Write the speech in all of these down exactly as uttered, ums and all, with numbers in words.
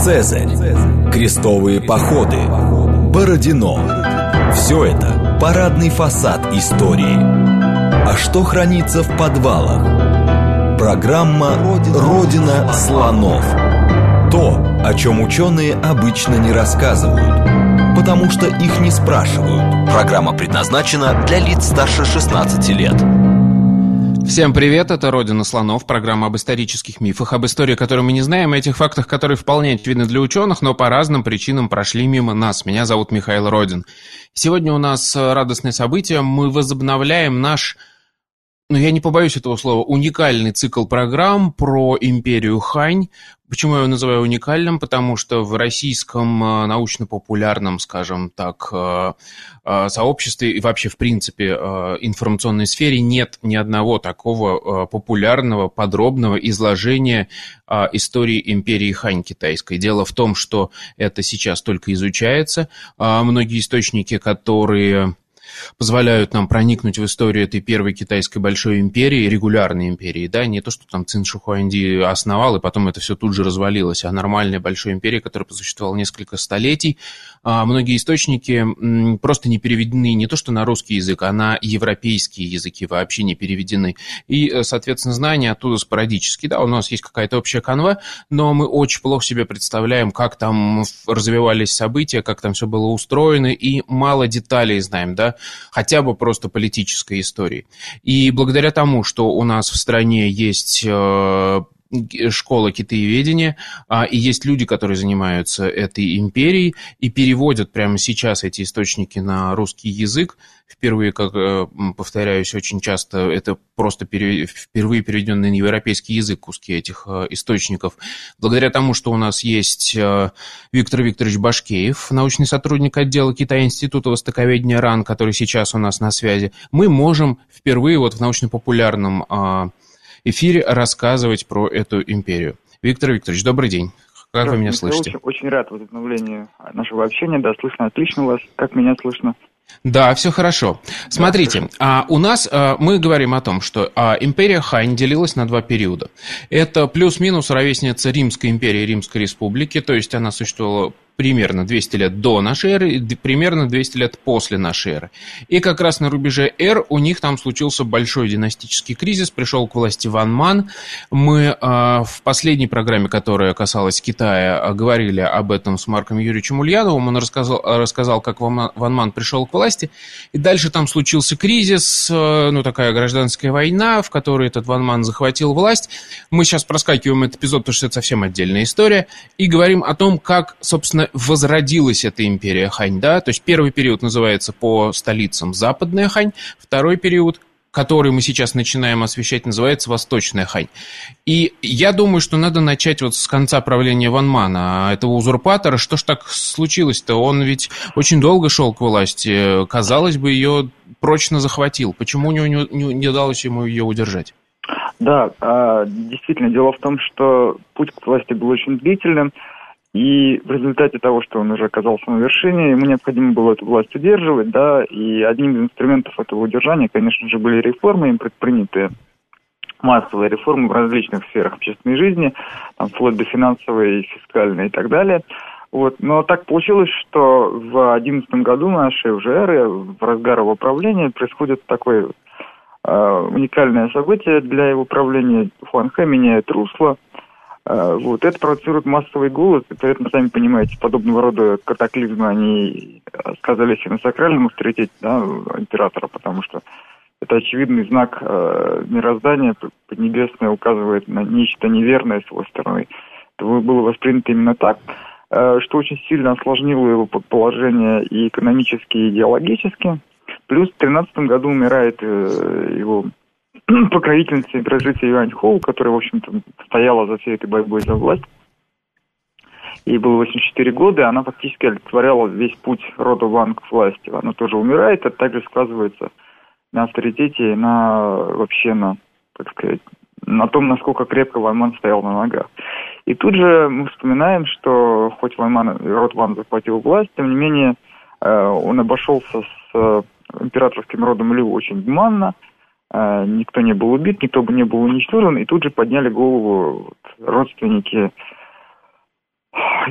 Цезарь, крестовые походы, Бородино. Все это парадный фасад истории. А что хранится в подвалах? Программа «Родина слонов». То, о чем ученые обычно не рассказывают, потому что их не спрашивают. Программа предназначена для лиц старше шестнадцати лет. Всем привет, это «Родина слонов», программа об исторических мифах, об истории, которую мы не знаем, и этих фактах, которые вполне очевидны для ученых, но по разным причинам прошли мимо нас. Меня зовут Михаил Родин. Сегодня у нас радостное событие. Мы возобновляем наш, ну я не побоюсь этого слова, уникальный цикл программ про империю Хань. Почему я его называю уникальным? Потому что в российском научно-популярном, скажем так, сообществе и вообще, в принципе, информационной сфере нет ни одного такого популярного, подробного изложения истории империи Хань китайской. Дело в том, что это сейчас только изучается. Многие источники, которые позволяют нам проникнуть в историю этой первой китайской большой империи, регулярной империи, да, не то, что там Цин Ши Хуанди основал, и потом это все тут же развалилось, а нормальная большая империя, которая просуществовала несколько столетий. А многие источники просто не переведены не то, что на русский язык, а на европейские языки вообще не переведены. И, соответственно, знания оттуда спорадически, да, у нас есть какая-то общая канва, но мы очень плохо себе представляем, как там развивались события, как там все было устроено, и мало деталей знаем, да, хотя бы просто политической истории. И благодаря тому, что у нас в стране есть школа китаеведения, и есть люди, которые занимаются этой империей и переводят прямо сейчас эти источники на русский язык. Впервые, как повторяюсь, очень часто это просто впервые переведенный на европейский язык куски этих источников. Благодаря тому, что у нас есть Виктор Викторович Башкеев, научный сотрудник отдела Китай-института востоковедения РАН, который сейчас у нас на связи, мы можем впервые вот в научно-популярном эфире рассказывать про эту империю. Виктор Викторович, добрый день. Как вы меня слышите? Очень, очень рад возобновлению нашего общения. Да, слышно отлично вас. Как меня слышно? Да, все хорошо. Смотрите, а, у нас а, мы говорим о том, что а, империя Хань делилась на два периода. Это плюс-минус ровесница Римской империи, Римской республики, то есть она существовала примерно двести лет до нашей эры и примерно двести лет после нашей эры. И как раз на рубеже эр у них там случился большой династический кризис, пришел к власти Ван Ман. Мы э, в последней программе, которая касалась Китая, говорили об этом с Марком Юрьевичем Ульяновым. Он рассказал, рассказал, как Ван Ман пришел к власти. И дальше там случился кризис, э, ну такая гражданская война, в которой этот Ван Ман захватил власть. Мы сейчас проскакиваем этот эпизод, потому что это совсем отдельная история, и говорим о том, как, собственно, возродилась эта империя Хань, да, то есть первый период называется по столицам Западная Хань, второй период, который мы сейчас начинаем освещать, называется Восточная Хань. И я думаю, что надо начать вот с конца правления Ван Мана, этого узурпатора. Что ж так случилось-то? Он ведь очень долго шел к власти, казалось бы, ее прочно захватил. Почему у него не, не, не удалось ему ее удержать? Да, действительно, дело в том, что путь к власти был очень длительным. И в результате того, что он уже оказался на вершине, ему необходимо было эту власть удерживать, да, и одним из инструментов этого удержания, конечно же, были реформы, им предпринятые массовые реформы в различных сферах общественной жизни, там, вплоть до финансовой, фискальной и так далее. Вот. Но так получилось, что в одиннадцатом году нашей уже эры, в разгар его правления, происходит такое э, уникальное событие для его правления. Хуанхэ меняет русло. Вот. Это провоцирует массовый голод, и поэтому, сами понимаете, подобного рода катаклизмы, они сказались и на сакральном авторитете, да, императора, потому что это очевидный знак э, мироздания, Поднебесное указывает на нечто неверное с его стороны. Это было воспринято именно так, э, что очень сильно осложнило его положение и экономически, и идеологически. Плюс в тринадцатом году умирает э, его покровительница императрица Юань Хоу, которая, в общем-то, стояла за всей этой борьбой за власть. Ей было восемьдесят четыре года, и она фактически олицетворяла весь путь рода Ван к власти. Она тоже умирает, это также сказывается на авторитете и на, вообще на, так сказать, на том, насколько крепко Ван Ман стоял на ногах. И тут же мы вспоминаем, что хоть Ван Ман, род Ван захватил власть, тем не менее он обошелся с императорским родом Лю очень гуманно. Никто не был убит, никто бы не был уничтожен, и тут же подняли голову вот, родственники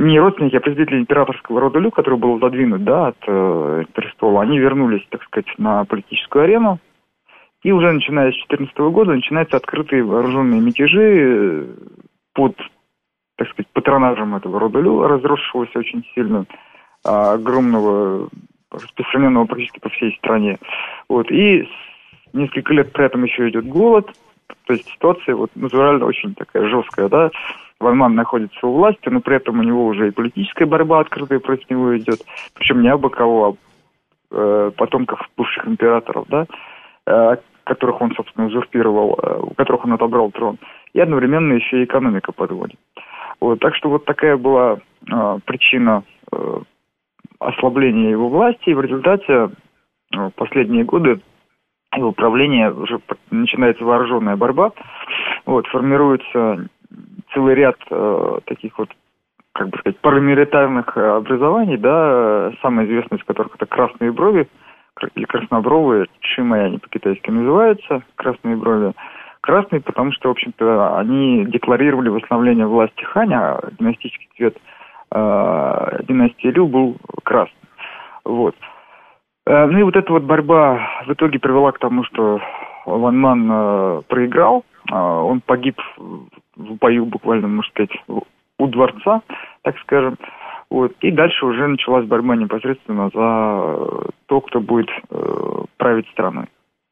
не родственники, а представители императорского рода Лю, который был задвинут, да, от э, престола, они вернулись, так сказать, на политическую арену. И уже начиная с две тысячи четырнадцатого года начинаются открытые вооруженные мятежи под, так сказать, патронажем этого рода Лю, разросшегося очень сильно, огромного, распространенного практически по всей стране. Вот. И несколько лет при этом еще идет голод. То есть ситуация вот, натурально очень такая жесткая, да. Ван Ман находится у власти, но при этом у него уже и политическая борьба открытая против него идет. Причем не абы кого, а э, потомков бывших императоров, да, э, которых он, собственно, узурпировал, э, у которых он отобрал трон. И одновременно еще и экономика подводит. Вот, так что вот такая была э, причина э, ослабления его власти, и в результате э, последние годы его правления уже начинается вооруженная борьба, вот, формируется целый ряд э, таких вот, как бы сказать, парамилитарных образований, да, самое известное из которых это красные брови, или краснобровые, шимай они по-китайски называются, красные брови. Красные, потому что, в общем-то, они декларировали восстановление власти Ханя, а династический цвет э, династии Лю был красный. Вот. Э, ну и вот эта вот борьба в итоге привела к тому, что Ван Ман э, проиграл, э, он погиб в бою буквально, можно сказать, у дворца, так скажем. Вот. И дальше уже началась борьба непосредственно за то, кто будет э, править страной.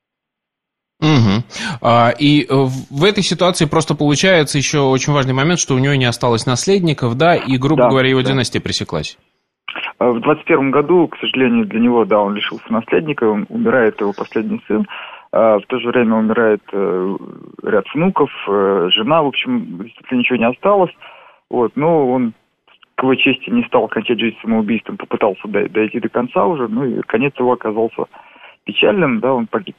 Угу. А, и в этой ситуации просто получается еще очень важный момент, что у него не осталось наследников, да, и, грубо да, говоря, его да. династия пресеклась. В двадцать первом году, к сожалению, для него, да, он лишился наследника, он умирает его последний сын. В то же время умирает ряд внуков, жена, в общем, действительно ничего не осталось. Вот, но он к его чести не стал кончать жизнь самоубийством, попытался дойти до конца уже, ну и конец его оказался печальным, да, он погиб.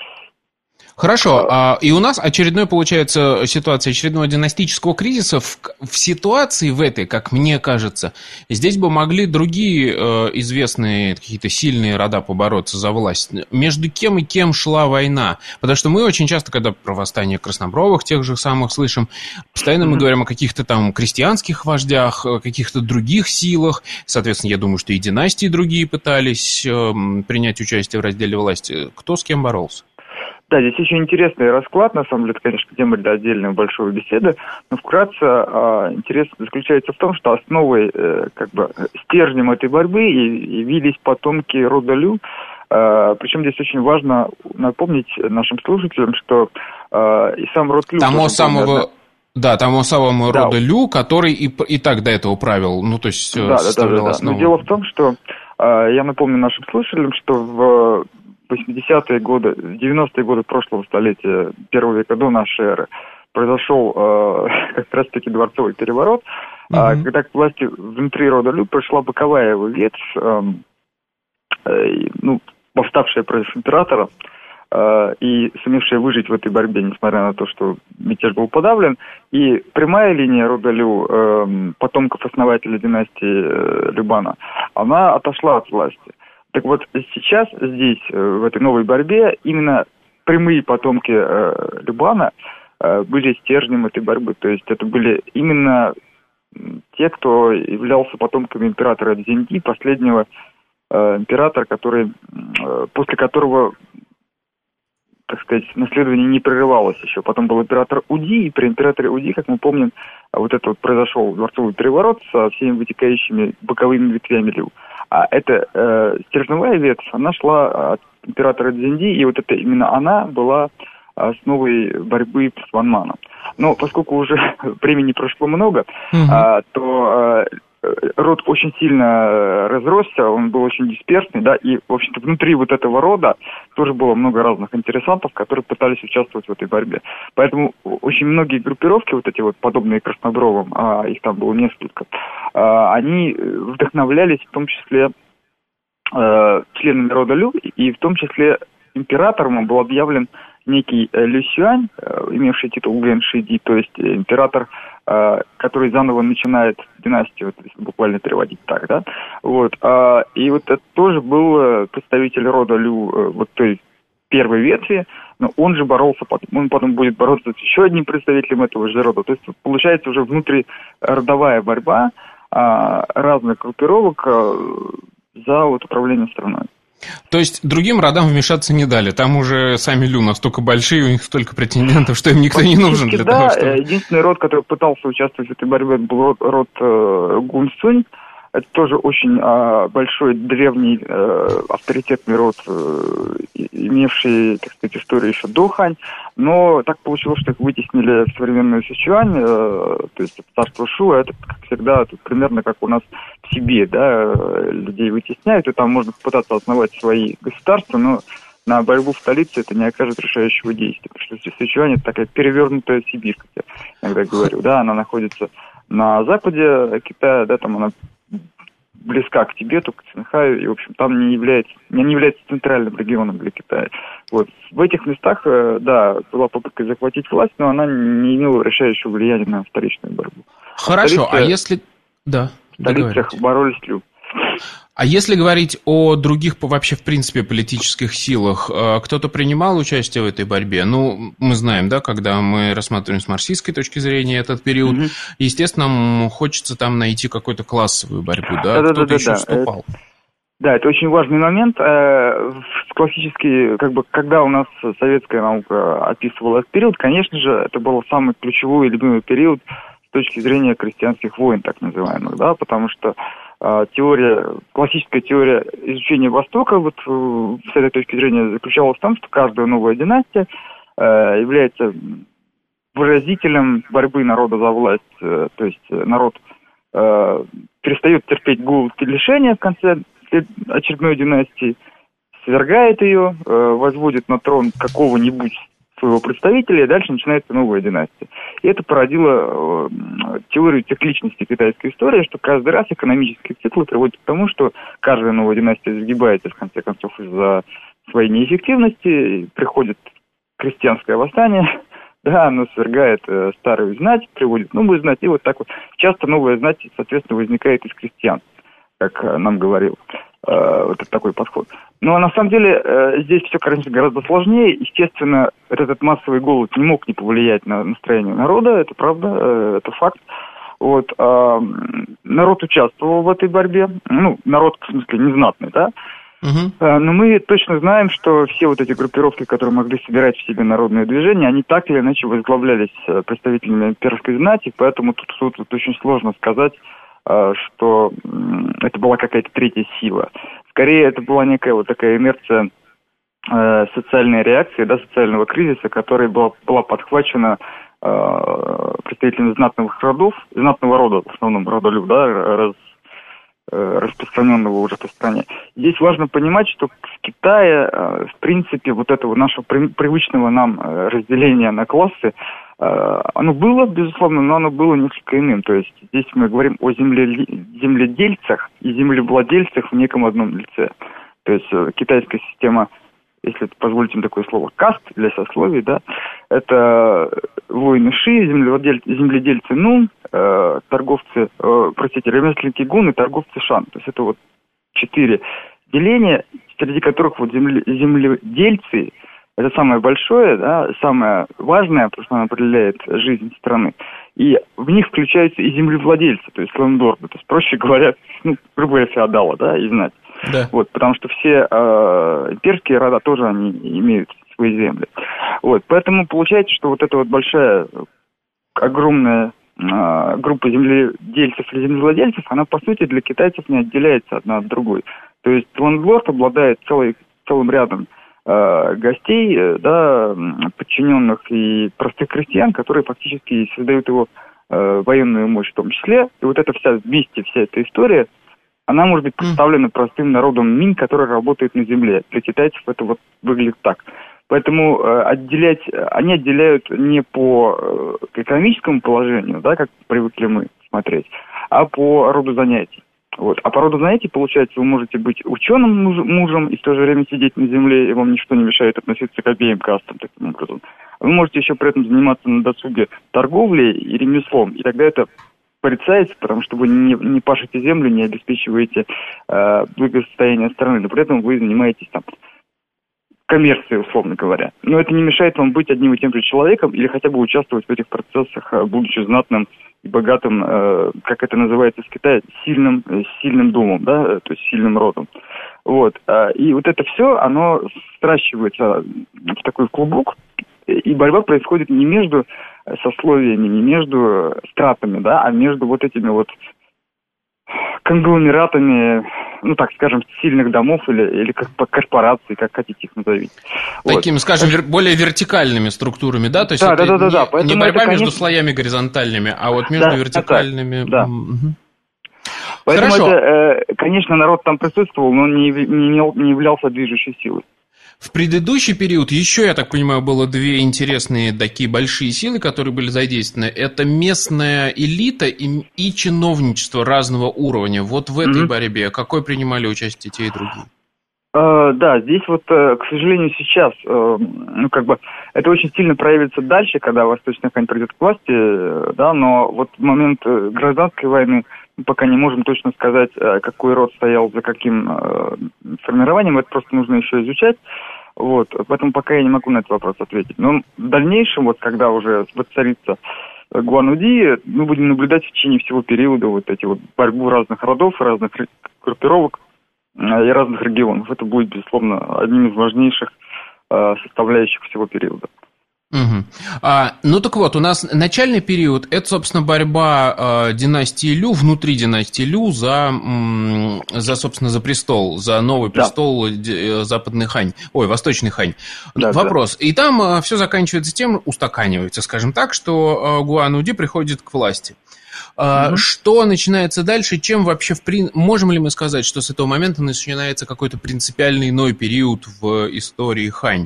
Хорошо, а, и у нас очередной, получается, ситуация очередного династического кризиса. В, в ситуации в этой, как мне кажется, здесь бы могли другие э, известные какие-то сильные рода побороться за власть. Между кем и кем шла война? Потому что мы очень часто, когда про восстание краснобровых тех же самых слышим, постоянно мы говорим о каких-то там крестьянских вождях, о каких-то других силах. Соответственно, я думаю, что и династии другие пытались э, принять участие в разделе власти. Кто с кем боролся? Да, здесь очень интересный расклад, на самом деле, это, конечно, тема для отдельной большой беседы, но вкратце э, интерес заключается в том, что основой, э, как бы, стержнем этой борьбы явились потомки рода Лю, э, причем здесь очень важно напомнить нашим слушателям, что э, и сам род Лю... Тому самого... Одна... Да, тому самому да. рода Лю, который и, и так до этого правил, ну, то есть да, составлял да, да, основу. Но дело в том, что, э, я напомню нашим слушателям, что в... восьмидесятые годы, девяностые годы прошлого столетия, первого века до нашей эры, произошел э, как раз-таки дворцовый переворот, mm-hmm. э, когда к власти внутри рода Лю пришла боковая его ветвь, э, э, ну, восставшая против императора, э, и сумевшая выжить в этой борьбе, несмотря на то, что мятеж был подавлен, и прямая линия рода Лю, э, потомков основателя династии э, Любана, она отошла от власти. Так вот, сейчас здесь, в этой новой борьбе, именно прямые потомки э, Любана э, были стержнем этой борьбы. То есть это были именно те, кто являлся потомками императора Цзиньди, последнего э, императора, который, э, после которого, так сказать, наследование не прерывалось еще. Потом был император Уди, и при императоре Уди, как мы помним, вот это вот произошел дворцовый переворот со всеми вытекающими боковыми ветвями Лю. А эта э, стержневая ветвь, она шла от императора Цзиньди, и вот это именно она была основой борьбы с Ван Маном. Но поскольку уже времени прошло много, mm-hmm. а, то а, род очень сильно разросся, он был очень дисперсный, да, и, в общем-то, внутри вот этого рода тоже было много разных интересантов, которые пытались участвовать в этой борьбе. Поэтому очень многие группировки, вот эти вот подобные краснобровым, а их там было несколько, а, они вдохновлялись в том числе а, членами рода Лю, и в том числе императором был объявлен некий Лю Сюань, имевший титул Ген Шиди, то есть император, который заново начинает династию, если буквально переводить так, да, вот, и вот это тоже был представитель рода Лю, вот той первой ветви, но он же боролся, он потом будет бороться с еще одним представителем этого же рода, то есть получается уже внутриродовая борьба, разных группировок за вот управление страной. То есть другим родам вмешаться не дали? Там уже сами Лю настолько большие, у них столько претендентов, что им никто не нужен для да, того, чтобы... Единственный род, который пытался участвовать в этой борьбе, был род, род э, Гунсунь. Это тоже очень э, большой, древний, э, авторитетный род, э, имевший, так сказать, историю еще до Хань. Но так получилось, что их вытеснили в современную Сычуань, э, то есть царство Шу. Это, как всегда, это примерно как у нас в Сибири, да, людей вытесняют, и там можно попытаться основать свои государства, но на борьбу в столице это не окажет решающего действия. Потому что Сычуань — это такая перевернутая Сибирь, как я иногда говорю. Да, она находится на западе Китая, да, там она близка к Тибету, к Цинхаю, и, в общем, там не является, не является центральным регионом для Китая. Вот. В этих местах, да, была попытка захватить власть, но она не имела решающего влияния на вторичную борьбу. Хорошо, а, а если... Да, в столицах боролись Лю. А если говорить о других, вообще, в принципе, политических силах, кто-то принимал участие в этой борьбе? Ну, мы знаем, да, когда мы рассматриваем с марксистской точки зрения этот период, mm-hmm. естественно, нам хочется там найти какую-то классовую борьбу, да? да Кто-то да, еще да, вступал. Это, да, это очень важный момент. Классический, как бы, когда у нас советская наука описывала этот период, конечно же, это был самый ключевой и любимый период с точки зрения крестьянских войн, так называемых, да, потому что теория, классическая теория изучения Востока вот, с этой точки зрения заключалась в том, что каждая новая династия э, является выразителем борьбы народа за власть. Э, то есть народ э, перестает терпеть голод и лишения в конце очередной династии, свергает ее, э, возводит на трон какого-нибудь своего представителя, и дальше начинается новая династия. И это породило э, теорию цикличности китайской истории, что каждый раз экономические циклы приводят к тому, что каждая новая династия загибается, в конце концов, из-за своей неэффективности, приходит крестьянское восстание, да, оно свергает э, старую знать, приводит новую знать, и вот так вот. Часто новая знать, соответственно, возникает из крестьян, как э, нам говорил. Вот это такой подход. Но на самом деле здесь все, конечно, гораздо сложнее. Естественно, этот массовый голод не мог не повлиять на настроение народа, это правда, это факт. Вот. Народ участвовал в этой борьбе, ну, народ, в смысле, незнатный, да. Uh-huh. Но мы точно знаем, что все вот эти группировки, которые могли собирать в себе народные движения, они так или иначе возглавлялись представителями имперской знати, поэтому тут, тут, тут очень сложно сказать, что это была какая-то третья сила. Скорее, это была некая вот такая инерция э, социальной реакции, да, социального кризиса, которая была, была подхвачена э, представителями знатных родов, знатного рода, в основном рода Лю, да, раз, э, распространенного уже по стране. Здесь важно понимать, что в Китае, э, в принципе, вот этого нашего при, привычного нам разделения на классы, оно было, безусловно, но оно было несколько иным. То есть здесь мы говорим о земле, земледельцах и землевладельцах в неком одном лице. То есть китайская система, если позволите мне такое слово, каст для сословий, да, это воины Ши, земледельцы, земледельцы Нун, э, торговцы, э, простите, ремесленники Гун и торговцы Шан. То есть это вот четыре деления, среди которых вот земле, земледельцы — это самое большое, да, самое важное, потому что оно определяет жизнь страны. И в них включаются и землевладельцы, то есть лендорды, то есть, проще говоря, ну, грубо говоря, феодала, да, и знать. Да. Вот, потому что все э, имперские рода тоже они имеют свои земли. Вот, поэтому получается, что вот эта вот большая, огромная э, группа земледельцев или землевладельцев, она, по сути, для китайцев не отделяется одна от другой. То есть лендлорд обладает целый, целым рядом гостей, да, подчиненных и простых крестьян, которые фактически создают его э, военную мощь в том числе. И вот эта вся вместе, вся эта история, она может быть представлена простым народом Минь, который работает на земле. Для китайцев это вот выглядит так. Поэтому э, отделять, они отделяют не по э, экономическому положению, да, как привыкли мы смотреть, а по роду занятий. Вот. А по роду занятий, получается, вы можете быть ученым муж, мужем и в то же время сидеть на земле, и вам ничто не мешает относиться к обеим кастам таким образом. Вы можете еще при этом заниматься на досуге торговлей и ремеслом, и тогда это порицается, потому что вы не, не пашете землю, не обеспечиваете э, благосостояние страны, но при этом вы занимаетесь там коммерцией, условно говоря. Но это не мешает вам быть одним и тем же человеком или хотя бы участвовать в этих процессах, будучи знатным и богатым, э, как это называется в Китае, сильным, сильным домом, да, то есть сильным родом. Вот. И вот это все, оно сращивается в такой клубок, и борьба происходит не между сословиями, не между стратами, да, а между вот этими вот конгломератами, ну, так скажем, сильных домов или, или как по корпорации, как хотите их назовите. Такими, вот. скажем, вер- более вертикальными структурами, да? То есть да, это да, да, не, да, да. не борьба это, между конечно... слоями горизонтальными, а вот между да, вертикальными... Да. Угу. Поэтому Хорошо. это, конечно, народ там присутствовал, но не, не, не являлся движущей силой. В предыдущий период еще, я так понимаю, было две интересные такие большие силы, которые были задействованы. Это местная элита и, и чиновничество разного уровня. Вот в этой mm-hmm. борьбе какой принимали участие те и другие? Uh, да, здесь вот, uh, к сожалению, сейчас, uh, ну, как бы, это очень сильно проявится дальше, когда Восточная Хань придет к власти, uh, да, но вот в момент uh, гражданской войны мы пока не можем точно сказать, uh, какой род стоял за каким uh, формированием, это просто нужно еще изучать, вот, поэтому пока я не могу на этот вопрос ответить. Но в дальнейшем, вот, когда уже воцарится Гуануди, мы будем наблюдать в течение всего периода вот эти вот борьбу разных родов, разных группировок и разных регионов. Это будет, безусловно, одним из важнейших э, составляющих всего периода. Угу. А, ну так вот, у нас начальный период – это, собственно, борьба э, династии Лю, внутри династии Лю за, м, за, собственно, за престол, за новый престол да. э, Западный Хань, ой, Восточный Хань. Да, Вопрос. Да. И там э, все заканчивается тем, устаканивается, скажем так, что э, Гуануди приходит к власти. Uh-huh. Что начинается дальше? Чем вообще в при... можем ли мы сказать, что с этого момента начинается какой-то принципиальный иной период в истории Хань?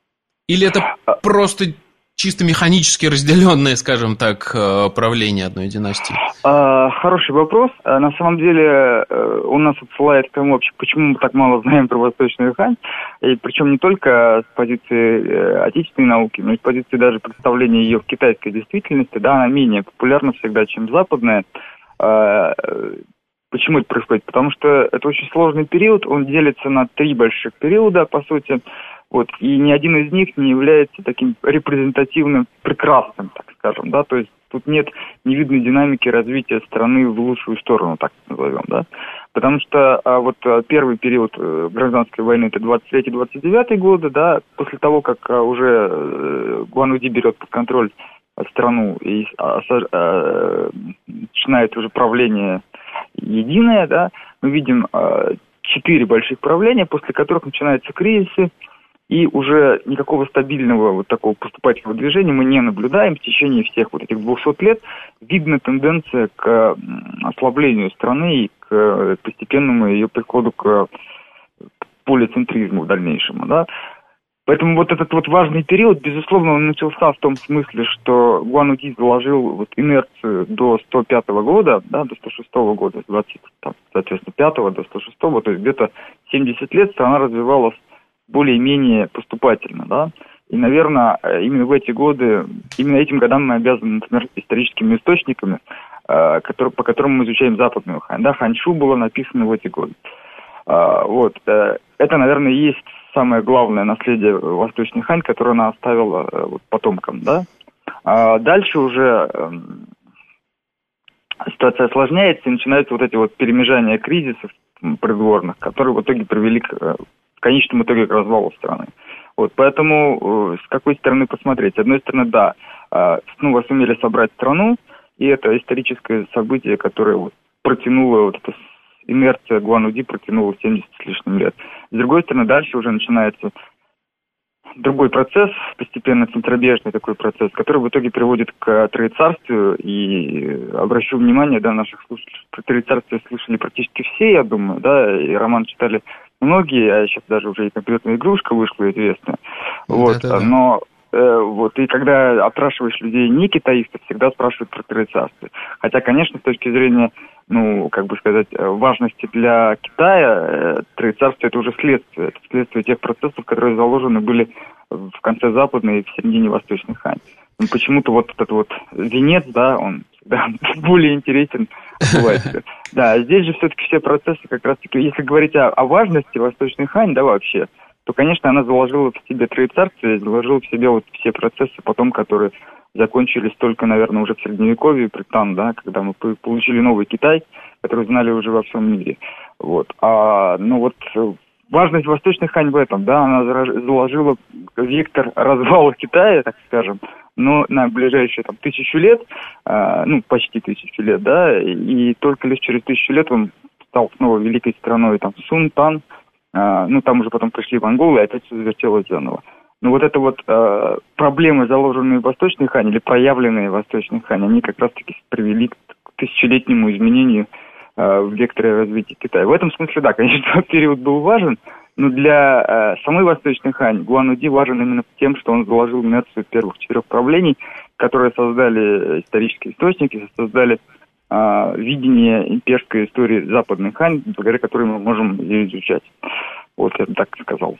Или это просто чисто механически разделенное, скажем так, правление одной династии? Uh, хороший вопрос. Uh, на самом деле uh, он нас отсылает к тому, почему мы так мало знаем про Восточную Хань, и причем не только с позиции uh, отечественной науки, но и с позиции даже представления ее в китайской действительности. Да, она менее популярна всегда, чем западная. Uh, почему это происходит? Потому что это очень сложный период, он делится на три больших периода, по сути. Вот, и ни один из них не является таким репрезентативным, прекрасным, так скажем, да, то есть тут нет не видной динамики развития страны в лучшую сторону, так назовем, да, потому что а, вот а, первый период а, гражданской войны это двадцать третий — двадцать девятый годы, да, после того, как а, уже а, Гуануди берет под контроль а, страну и а, а, начинает уже правление единое, да, мы видим а, четыре больших правления, после которых начинаются кризисы. И уже никакого стабильного вот такого поступательного движения мы не наблюдаем в течение всех вот этих двухсот лет. Видна тенденция к ослаблению страны и к постепенному ее приходу к полицентризму в дальнейшем. Да? Поэтому вот этот вот важный период, безусловно, он начался в том смысле, что Гуануди заложил вот инерцию до сто пятого года, да, до сто шестого года, двадцать, там, соответственно, пятого до сто шестого, то есть где-то семьдесят лет страна развивалась более-менее поступательно, да, и, наверное, именно в эти годы, именно этим годам мы обязаны, например, историческими источниками, э, которые, по которым мы изучаем Западную Хань, да, Ханьшу было написано в эти годы. Э, вот, э, это, наверное, и есть самое главное наследие Восточной Хань, которое она оставила э, вот, потомкам, да. А дальше уже э, ситуация осложняется, и начинаются вот эти вот перемежания кризисов придворных, которые в итоге привели к в конечном итоге к развалу страны. Вот, поэтому э, с какой стороны посмотреть? С одной стороны, да, э, снова сумели собрать страну, и это историческое событие, которое вот, протянуло, вот эта инерция Гуануди протянула семьдесят с лишним лет. С другой стороны, дальше уже начинается другой процесс, постепенно центробежный такой процесс, который в итоге приводит к троецарствию, и обращу внимание, да, наших слушателей, про троецарствие слышали практически все, я думаю, да, и роман читали многие, а сейчас даже уже и компьютерная игрушка вышла известная, вот, да, да, да. но э, вот, и когда опрашиваешь людей не китаистов, всегда спрашивают про троецарствие, хотя, конечно, с точки зрения, ну, как бы сказать, важности для Китая, э, троецарствие это уже следствие, это следствие тех процессов, которые заложены были в конце Западной и в середине Восточной Хань. Ну, почему-то вот этот вот венец, да, он всегда более интересен бывает. Да, здесь же все-таки все процессы как раз-таки, если говорить о, о важности Восточной Хань, да, вообще, то, конечно, она заложила в себе троецарствие, заложила в себе вот все процессы потом, которые закончились только, наверное, уже в Средневековье, при Тан, да, когда мы получили новый Китай, который знали уже во всем мире. Вот. А, ну вот важность Восточной Хань в этом, да, она заложила вектор развала Китая, так скажем, но на ближайшие там тысячу лет, а, ну почти тысячу лет, да, и только лишь через тысячу лет он стал снова великой страной, там Сун, Тан, а, ну там уже потом пришли монголы, и опять все завертелось заново. Но вот это вот э, проблемы, заложенные в Восточной Хань, или проявленные в Восточной Хань, они как раз-таки привели к тысячелетнему изменению э, в векторе развития Китая. В этом смысле, да, конечно, период был важен, но для э, самой Восточной Хань Гуан Уди важен именно тем, что он заложил инерцию первых четырех правлений, которые создали исторические источники, создали э, видение имперской истории Западной Хань, благодаря которой мы можем ее изучать. Вот я так сказал.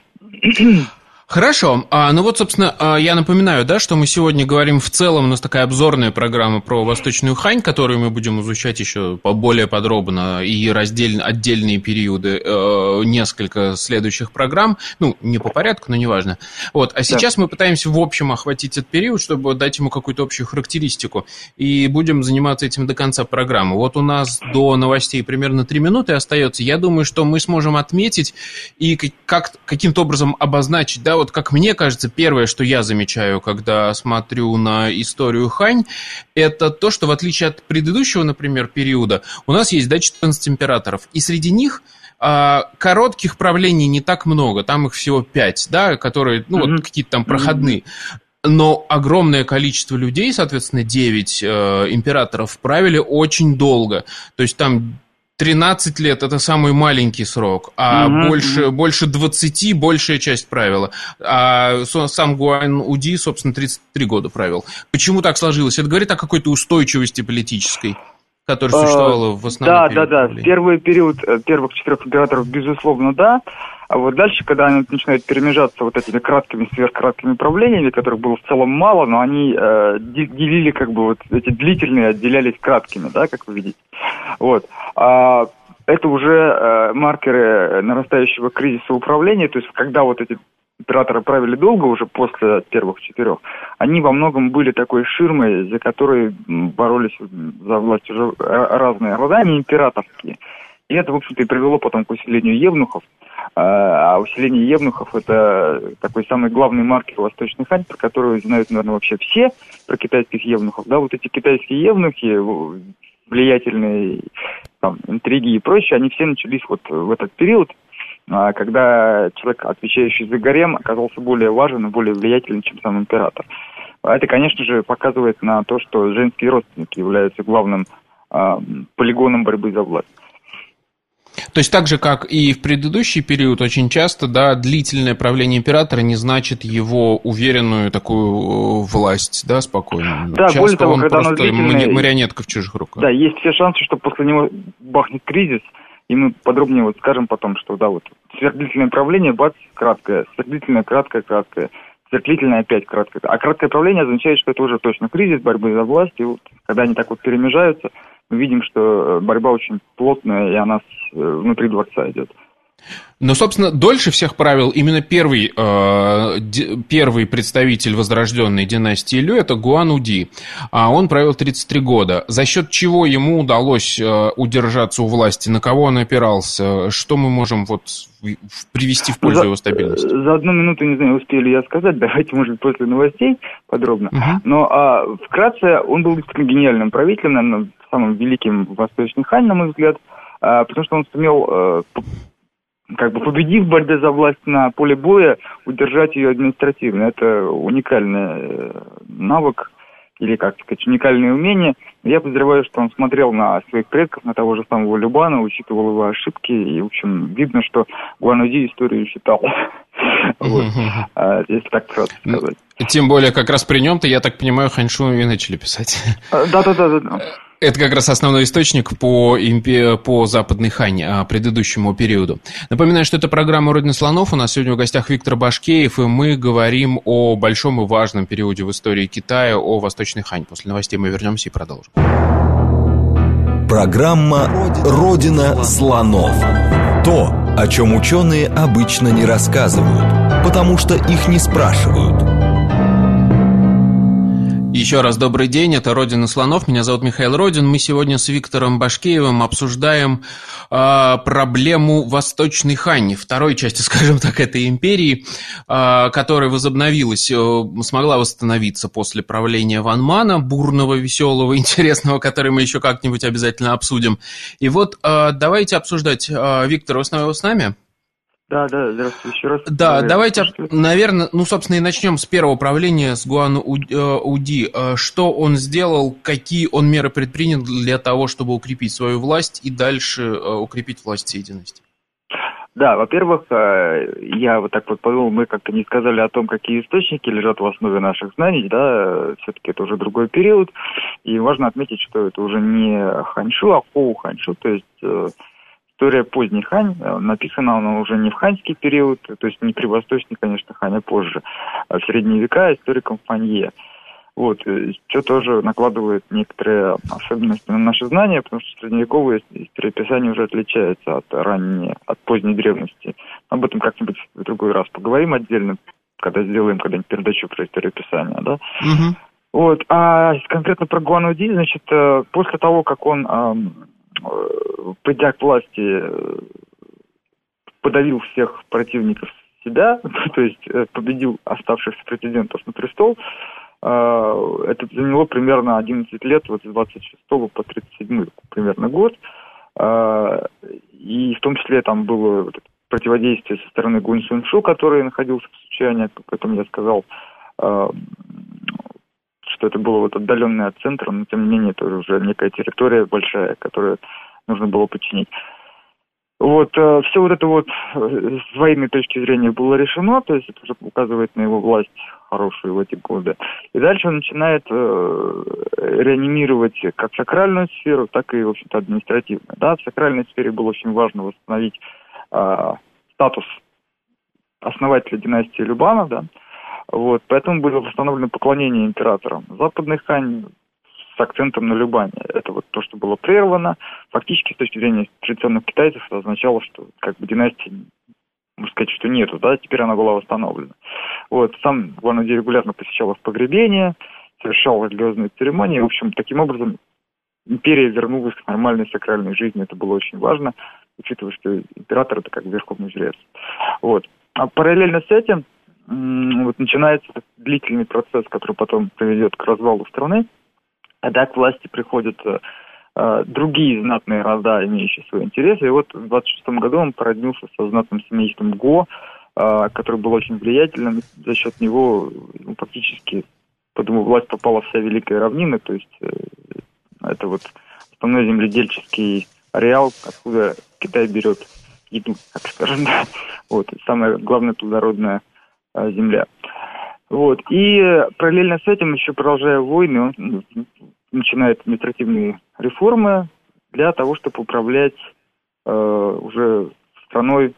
Хорошо. А, ну вот, собственно, я напоминаю, да, что мы сегодня говорим в целом, у нас такая обзорная программа про Восточную Хань, которую мы будем изучать еще более подробно и раздельно, отдельные периоды, э, несколько следующих программ, ну, не по порядку, но неважно. Вот. А сейчас да. мы пытаемся в общем охватить этот период, чтобы дать ему какую-то общую характеристику, и будем заниматься этим до конца программы. Вот у нас до новостей примерно три минуты остается. Я думаю, что мы сможем отметить и как, каким-то образом обозначить, да, вот как мне кажется, первое, что я замечаю, когда смотрю на историю Хань, это то, что в отличие от предыдущего, например, периода, у нас есть, да, четырнадцать императоров, и среди них а, коротких правлений не так много, там их всего пять, да, которые, ну, mm-hmm. вот какие-то там проходные. Но огромное количество людей, соответственно, девять э, императоров правили очень долго. То есть там тринадцать лет – это самый маленький срок, а mm-hmm. больше, больше двадцати – большая часть правила. А сам Гуан Уди, собственно, тридцать три года правил. Почему так сложилось? Это говорит о какой-то устойчивости политической, которая существовала в основном. Да, да, да. В первый период первых четырех императоров, безусловно, да. А вот дальше, когда они начинают перемежаться вот этими краткими, сверхкраткими правлениями, которых было в целом мало, но они э, делили, как бы, вот эти длительные отделялись краткими, да, как вы видите. Вот. А это уже э, маркеры нарастающего кризиса управления, то есть когда вот эти императоры правили долго, уже после первых четырех, они во многом были такой ширмой, за которой боролись за власть уже разные рода, не императорские. И это, в общем-то, и привело потом к усилению евнухов. А усиление евнухов – это такой самый главный маркер Восточной Хань, про которую знают, наверное, вообще все, про китайских евнухов. Да, вот эти китайские евнухи, влиятельные там, интриги и прочее, они все начались вот в этот период, когда человек, отвечающий за гарем, оказался более важен и более влиятельным, чем сам император. Это, конечно же, показывает на то, что женские родственники являются главным э, полигоном борьбы за власть. То есть так же, как и в предыдущий период, очень часто, да, длительное правление императора не значит его уверенную такую власть, да, спокойно. Да, часто более того, он когда просто оно длительное, марионетка в чужих руках. Да, есть все шансы, что после него бахнет кризис, и мы подробнее вот скажем потом, что да, вот сверхдлительное правление, бац, краткое, сверхдлительное, краткое, краткое, сверхдлительное опять краткое. А краткое правление означает, что это уже точно кризис борьбы за власть, и вот когда они так вот перемежаются, мы видим, что борьба очень плотная, и она внутри дворца идет. Но, собственно, дольше всех правил именно первый, э, д, первый представитель возрожденной династии Лю, это Гуан Уди. А он правил тридцать три года. За счет чего ему удалось э, удержаться у власти? На кого он опирался? Что мы можем вот привести в пользу за, его стабильности? За одну минуту, не знаю, успели я сказать. Давайте, может быть, после новостей подробно. Uh-huh. Но а, вкратце, он был действительно гениальным правителем, наверное, самым великим в Восточной Хань, на мой взгляд, а, потому что он сумел... А, как бы победив в борьбе за власть на поле боя, удержать ее административно. Это уникальный навык, или, как сказать, уникальное умение. Я подозреваю, что он смотрел на своих предков, на того же самого Любана, учитывал его ошибки, и, в общем, видно, что Гуан Уди историю считал. Если так кратко сказать. Тем более, как раз при нем-то, я так понимаю, ханьшу и начали писать. Да-да-да. Это как раз основной источник по, по Западной Хань, предыдущему периоду. Напоминаю, что это программа «Родина слонов». У нас сегодня в гостях Виктор Башкеев, и мы говорим о большом и важном периоде в истории Китая, о Восточной Хань. После новостей мы вернемся и продолжим. Программа «Родина слонов». То, о чем ученые обычно не рассказывают, потому что их не спрашивают. Еще раз добрый день, это «Родина слонов», меня зовут Михаил Родин. Мы сегодня с Виктором Башкеевым обсуждаем э, проблему Восточной Хань, второй части, скажем так, этой империи, э, которая возобновилась, э, смогла восстановиться после правления Ван Мана, бурного, веселого, интересного, который мы еще как-нибудь обязательно обсудим. И вот э, давайте обсуждать. Э, Виктор, вы снова с нами? Да, да, здравствуйте еще раз. Да, Давай, давайте, наверное, ну, собственно, и начнем с первого правления, с Гуан Уди. Что он сделал, какие он меры предпринял для того, чтобы укрепить свою власть и дальше укрепить власть всеединости? Да, во-первых, я вот так вот подумал, мы как-то не сказали о том, какие источники лежат в основе наших знаний, да, все-таки это уже другой период, и важно отметить, что это уже не Ханьшу, а Хоу Ханьшу, то есть... История поздней Хань, написана она уже не в ханьский период, то есть не при восточной, конечно, Хань, а позже, а в средние века историком Фанье. Вот, что тоже накладывает некоторые особенности на наши знания, потому что средневековое история уже отличается от ранней, от поздней древности. Об этом как-нибудь в другой раз поговорим отдельно, когда сделаем когда-нибудь передачу про историописание, да. Угу. Вот, а конкретно про Гуан Уди, значит, после того, как он... придя к власти, подавил всех противников себя, то есть победил оставшихся претендентов на престол. Это заняло примерно одиннадцать лет, вот с двадцать шестого по тридцать седьмой примерно год. И в том числе там было противодействие со стороны Гунь Сун Шу, который находился в Сучане, как это я сказал, что это было вот отдаленное от центра, но тем не менее это уже некая территория большая, которую нужно было подчинить. Вот, э, все вот это вот э, с военной точки зрения было решено, то есть это уже указывает на его власть хорошую в эти годы. И дальше он начинает э, реанимировать как сакральную сферу, так и, в общем-то, административную. Да, в сакральной сфере было очень важно восстановить э, статус основателя династии Любанов, да. Вот, поэтому было восстановлено поклонение императорам. Западный Хань с акцентом на Любане. Это вот то, что было прервано. Фактически, с точки зрения традиционных китайцев, это означало, что как бы династии, можно сказать, что нету, да, теперь она была восстановлена. Вот, сам Гуан Уди регулярно посещал их погребения, совершал религиозные церемонии. В общем, таким образом, империя вернулась к нормальной сакральной жизни. Это было очень важно, учитывая, что император — это как верховный жрец. Вот. А параллельно с этим вот начинается длительный процесс, который потом приведет к развалу страны, когда к власти приходят э, другие знатные рода, имеющие свои интересы. И вот в двадцать шестом году он породнился со знатным семейством Го, э, который был очень влиятельным. За счет него ну, практически под его власть попала вся Великая Равнина, то есть э, это вот основной земледельческий ареал, откуда Китай берет еду, так скажем. Вот, самая главная плодородная земля. Вот. И параллельно с этим, еще продолжая войны, он начинает административные реформы для того, чтобы управлять э, уже страной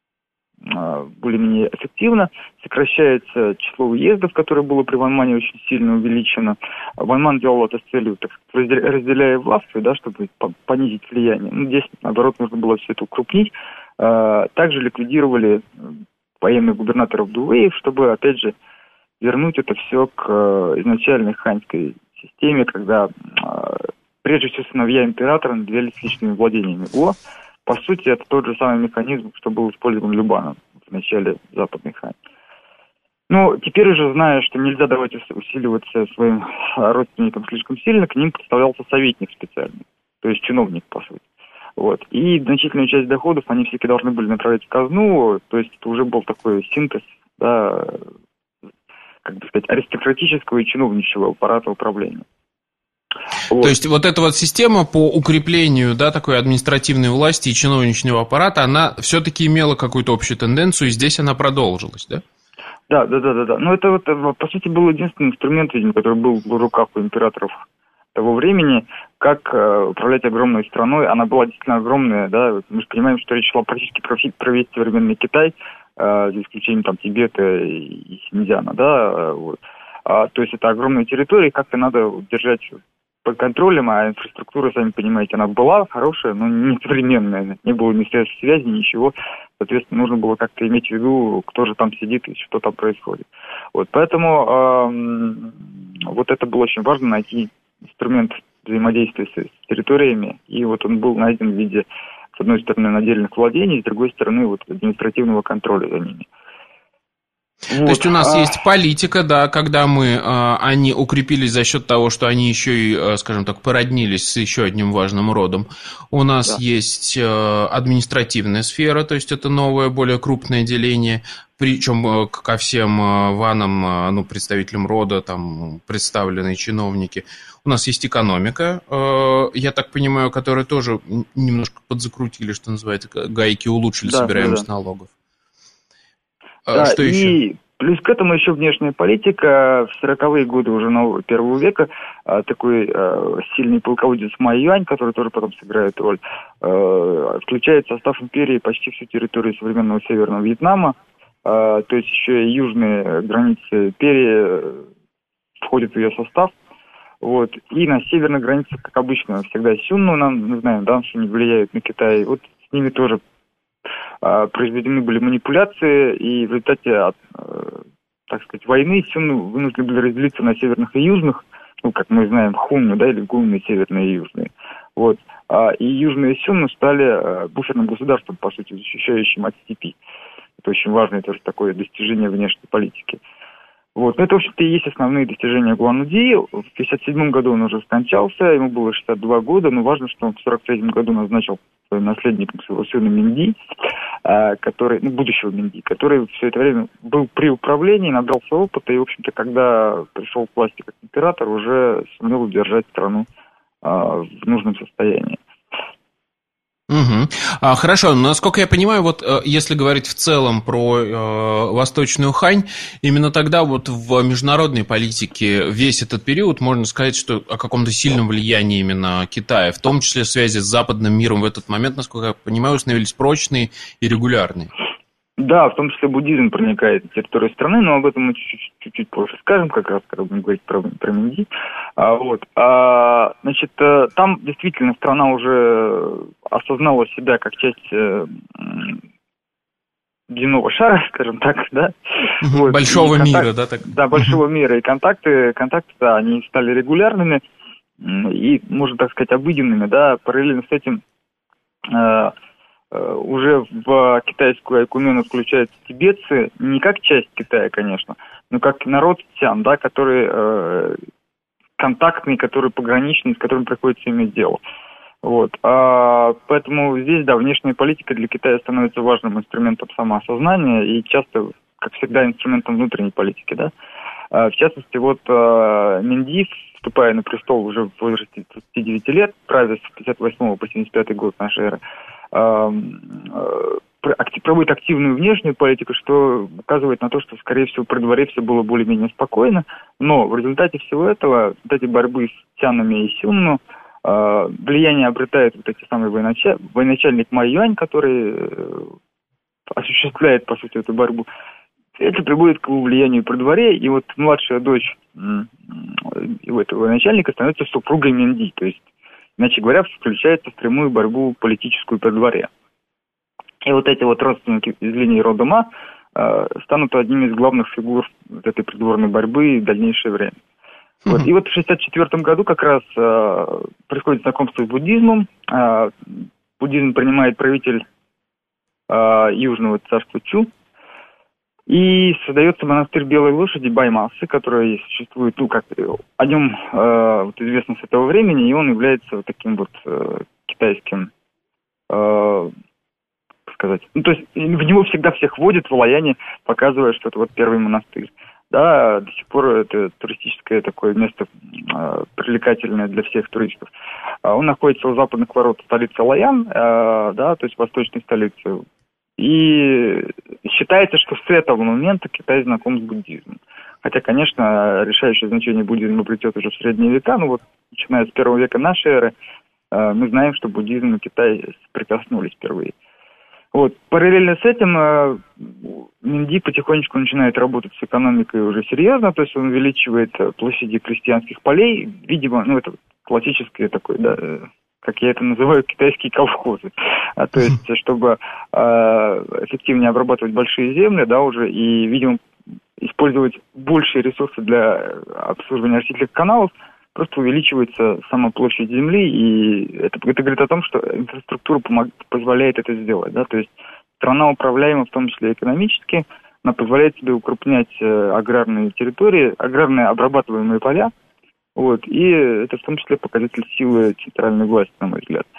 э, более-менее эффективно. Сокращается число уездов, которое было при Ван Мане очень сильно увеличено. Ван Ман делал это с целью, так сказать, разделяя власть, да, чтобы понизить влияние. Ну, здесь, наоборот, нужно было все это укрупнить. Э, также ликвидировали военных губернаторов Дувеев, чтобы, опять же, вернуть это все к э, изначальной ханьской системе, когда, э, прежде всего, сыновья императора наделялись личными владениями. О, по сути, это тот же самый механизм, что был использован Любаном в начале Западной Хань. Ну, теперь уже, зная, что нельзя давать усиливаться своим родственникам слишком сильно, к ним представлялся советник специальный, то есть чиновник, по сути. Вот. И значительную часть доходов они все-таки должны были направлять в казну, то есть это уже был такой синтез, да, как бы сказать, аристократического и чиновничьего аппарата управления. Вот. То есть вот эта вот система по укреплению, да, такой административной власти и чиновничьего аппарата, она все-таки имела какую-то общую тенденцию, и здесь она продолжилась, да? Да, да, да, да, да. Но это вот, по сути, был единственный инструмент, видимо, который был в руках у императоров того времени, как э, управлять огромной страной. Она была действительно огромная, да, мы же понимаем, что речь шла практически про, про весь современный Китай, э, за исключением там Тибета и, и Синьцзяна, да, э, вот. А, то есть это огромная территория, как-то надо держать под контролем, а инфраструктура, сами понимаете, она была хорошая, но не современная, не было ни средств связи, ничего. соответственно, нужно было как-то иметь в виду, кто же там сидит и что там происходит. Вот, поэтому э, вот это было очень важно, найти инструмент взаимодействия с, с территориями, и вот он был найден в виде, с одной стороны, надельных владений, с другой стороны, вот административного контроля за ними. Вот. То есть у нас а... есть политика, да, когда мы, э, они укрепились за счет того, что они еще и, э, скажем так, породнились с еще одним важным родом. У нас да. есть э, административная сфера, то есть это новое, более крупное деление, причем э, ко всем э, ванам, э, ну, представителям рода, там, представленные чиновники. У нас есть экономика, э, я так понимаю, которая тоже немножко подзакрутили, что называется, гайки улучшили да, собираемость да. налогов. Да, что и еще? Плюс к этому еще внешняя политика. В сороковые годы уже нового первого века такой сильный полководец Май Юань, который тоже потом сыграет роль, включает в состав империи почти всю территорию современного Северного Вьетнама. То есть еще и южные границы империи входят в ее состав. Вот. И на северных границах, как обычно, всегда Сюнну, нам, мы знаем, да, что они влияют на Китай. Вот с ними тоже произведены были манипуляции, и в результате, так сказать, войны Сюнну вынуждены были разделиться на северных и южных, ну, как мы знаем, хунны, да, или гунны, северные и южные. Вот. И южные Сюнну стали буферным государством, по сути, защищающим от степи. Это очень важное тоже такое достижение внешней политики. Вот. Но это, в общем-то, и есть основные достижения Гуануди. В пятьдесят седьмом году он уже скончался, ему было шестьдесят два года, но важно, что он в сорок третьем году назначил своим наследником своего сына Минди, который, ну, будущего Минди, который все это время был при управлении, набрался опыта, и, в общем-то, когда пришел к власти как император, уже сумел удержать страну в нужном состоянии. Угу. А, хорошо, насколько я понимаю, вот если говорить в целом про э, Восточную Хань, именно тогда вот в международной политике весь этот период, можно сказать, что о каком-то сильном влиянии именно Китая, в том числе в связи с западным миром в этот момент, насколько я понимаю, установились прочные и регулярные. Да, в том числе буддизм проникает на территорию страны, но об этом мы чуть-чуть, чуть-чуть позже скажем, как раз, когда будем говорить про, про Минди. А, вот. а, значит, там действительно страна уже осознала себя как часть э, земного шара, скажем так, да. Вот. Большого контакт, мира, да? Так? Да, большого мира. И контакты, контакты, да, они стали регулярными и, можно так сказать, обыденными, да. Параллельно с этим... Э, уже в китайскую айкумену включаются тибетцы, не как часть Китая, конечно, но как народ цян, да, который э, контактный, который пограничный, с которым приходится иметь дело. Вот. А, поэтому здесь, да, внешняя политика для Китая становится важным инструментом самоосознания и часто, как всегда, инструментом внутренней политики, да. А, в частности, вот а, Минди, вступая на престол уже в возрасте двадцати девяти лет, правя с пятьдесят восьмого по семьдесят пятый год нашей эры, проводит активную внешнюю политику, что указывает на то, что, скорее всего, при дворе все было более-менее спокойно, но в результате всего этого, в результате борьбы с цянами и Сюнну, влияние обретает вот эти самые военачаль... военачальник Май Юань, который осуществляет, по сути, эту борьбу. Это приводит к его влиянию при дворе, и вот младшая дочь этого военачальника становится супругой Минди, то есть, иначе говоря, включается в прямую борьбу политическую при дворе. И вот эти вот родственники из линии рода Ма э, станут одними из главных фигур этой придворной борьбы в дальнейшее время. Mm-hmm. Вот. И вот в шестьдесят четвёртом году как раз э, происходит знакомство с буддизмом. Э, буддизм принимает правитель э, Южного царства Чу. И создается монастырь Белой Лошади Баймасы, который существует, ну, как о нем э, вот, известно с этого времени, и он является вот таким вот э, китайским, э, как сказать, ну, то есть в него всегда всех водят в лояне, показывая, что это вот первый монастырь. Да, до сих пор это туристическое такое место э, привлекательное для всех туристов. Э, он находится у западных ворот столицы Лоян, э, да, то есть восточной столицы. И считается, что с этого момента Китай знаком с буддизмом. Хотя, конечно, решающее значение буддизма обретет уже в средние века, но вот начиная с первого века нашей эры мы знаем, что буддизм и Китай соприкоснулись впервые. Вот. Параллельно с этим Минди потихонечку начинает работать с экономикой уже серьезно, то есть он увеличивает площади крестьянских полей, видимо, ну это классическое такое, да, как я это называю, китайские колхозы. А, то есть, чтобы э, эффективнее обрабатывать большие земли, да, уже, и, видимо, использовать большие ресурсы для обслуживания растительных каналов, просто увеличивается сама площадь земли, и это, это говорит о том, что инфраструктура помог, позволяет это сделать, да, то есть страна управляема, в том числе экономически, она позволяет себе укрупнять э, аграрные территории, аграрные обрабатываемые поля, вот, и это в том числе показатель силы центральной власти, на мой взгляд.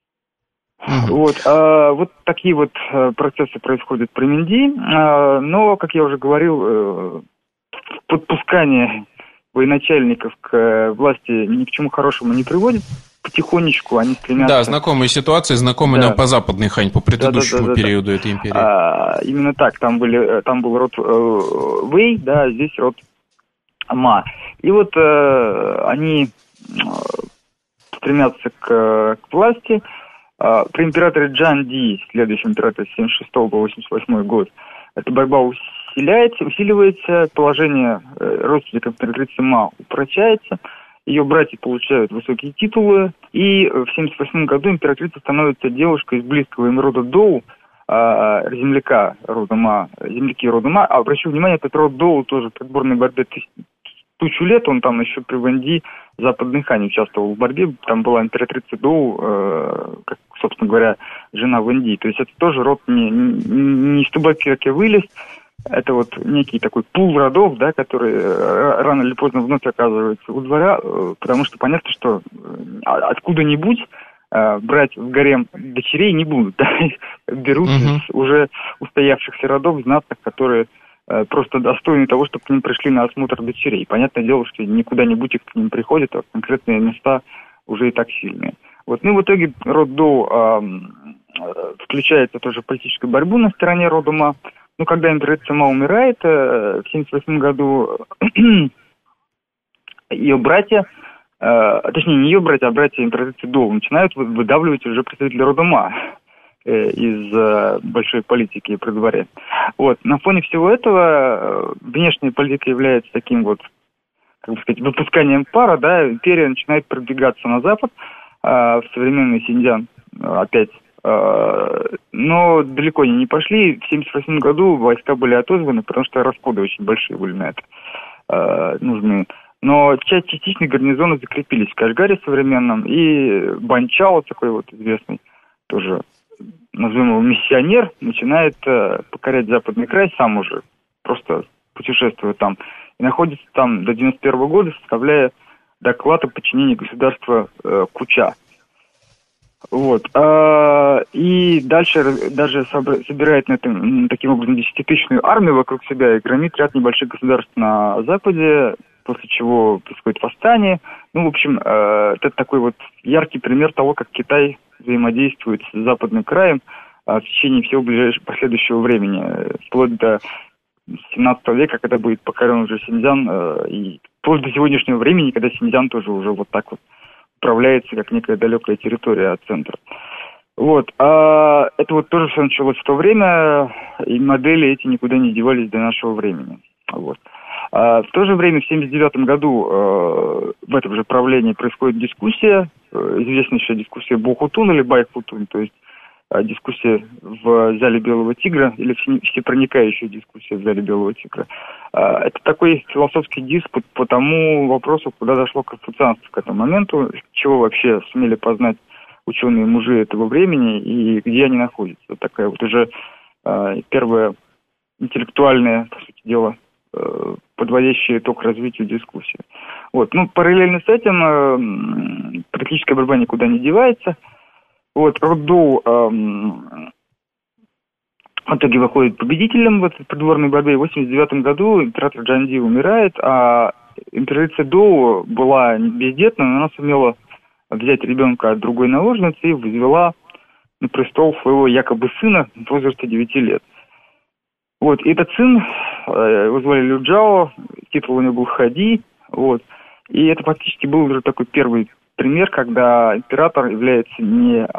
Mm-hmm. Вот, а, вот такие вот а, процессы происходят при Минди, а, но, как я уже говорил, а, подпускание военачальников к а, власти ни к чему хорошему не приводит. Потихонечку они стремятся... Да, знакомые ситуации, знакомые да. нам по западной, Хань, по предыдущему да, да, да, периоду да. этой империи. А, именно так, там, были, там был род э, Вэй, да, а здесь род Ма. И вот э, они э, стремятся к, к власти. Э, при императоре Джан Ди, следующем императоре с семьдесят шестого по восемьдесят восьмой год, эта борьба усиляется, усиливается, положение э, родственников императрицы Ма упрочается. Ее братья получают высокие титулы, и в семьдесят восьмом году императрица становится девушкой из близкого им рода Доу, а, земляка рода Ма, земляки рода Ма. А обращу внимание, этот род Доу тоже в придворной борьбе тысячу лет, он там еще при Вэнди Западной Хань участвовал в борьбе, там была императрица Доу, э, как, собственно говоря, жена Вэнди. То есть это тоже род не, не, не из табакерки вылез. Это вот некий такой пул родов, да, который рано или поздно вновь оказывается у двора, потому что понятно, что откуда-нибудь брать в гарем дочерей не будут, да, берут uh-huh. из уже устоявшихся родов, знатных, которые просто достойны того, чтобы к ним пришли на осмотр дочерей. Понятное дело, что не куда-нибудь их к ним приходят, а конкретные места уже и так сильные. Вот, ну, в итоге род Доу э, включается тоже в политическую борьбу на стороне рода Ма. Ну, когда императрица Ма умирает, э, в семьдесят восьмом году ее братья, э, точнее, не ее братья, а братья императрицы Доу начинают выдавливать уже представителей рода Ма э, из э, большой политики при дворе. Вот. На фоне всего этого э, внешняя политика является таким вот, как бы сказать, выпусканием пара, да, империя начинает продвигаться на запад, э, в современный Синьцзян э, опять. Но далеко они не пошли. В семьдесят восьмом году войска были отозваны, потому что расходы очень большие были на это э, нужны. Но часть частичных гарнизонов закрепились в Кашгаре современном, и Банчао, такой вот известный, тоже, назовем его миссионер, начинает э, покорять западный край, сам уже просто путешествует там, и находится там до девяносто первого года, составляя доклад о подчинении государства э, Куча. Вот. А, и дальше даже собирает на этом, таким образом десятитысячную армию вокруг себя и громит ряд небольших государств на Западе, после чего происходит восстание. Ну, в общем, э, это такой вот яркий пример того, как Китай взаимодействует с Западным краем э, в течение всего ближайшего последующего времени, вплоть до семнадцатого века, когда будет покорен уже Синьцзян, э, и вплоть до сегодняшнего времени, когда Синьцзян тоже уже вот так вот управляется как некая далекая территория от центра. Вот. А это вот тоже все началось в то время, и модели эти никуда не девались до нашего времени. Вот. А в то же время, в семьдесят девятом году э, в этом же правлении происходит дискуссия, э, известная еще дискуссия Бохутун или Байхутун, то есть э, дискуссия в зале Белого Тигра, или всепроникающая дискуссия в зале Белого Тигра. Э, это такой философский диспут по тому вопросу, куда дошло конфуцианство к этому моменту, чего вообще сумели познать ученые-мужи этого времени и где они находятся. Вот такая вот уже э, первая интеллектуальная, по сути дела, э, подводящая итог развитию дискуссии. Вот. Ну, параллельно с этим э, политическая борьба никуда не девается. Вот, род Доу э, в итоге выходит победителем в этой придворной борьбе. В восемьдесят девятом году император Джан Ди умирает, а императрица Доу была бездетна, но она сумела взять ребенка от другой наложницы и возвела на престол своего якобы сына в возрасте девяти лет. Вот, и этот сын, его звали Лю Джао, титул у него был Хади, вот, и это фактически был уже такой первый пример, когда император является не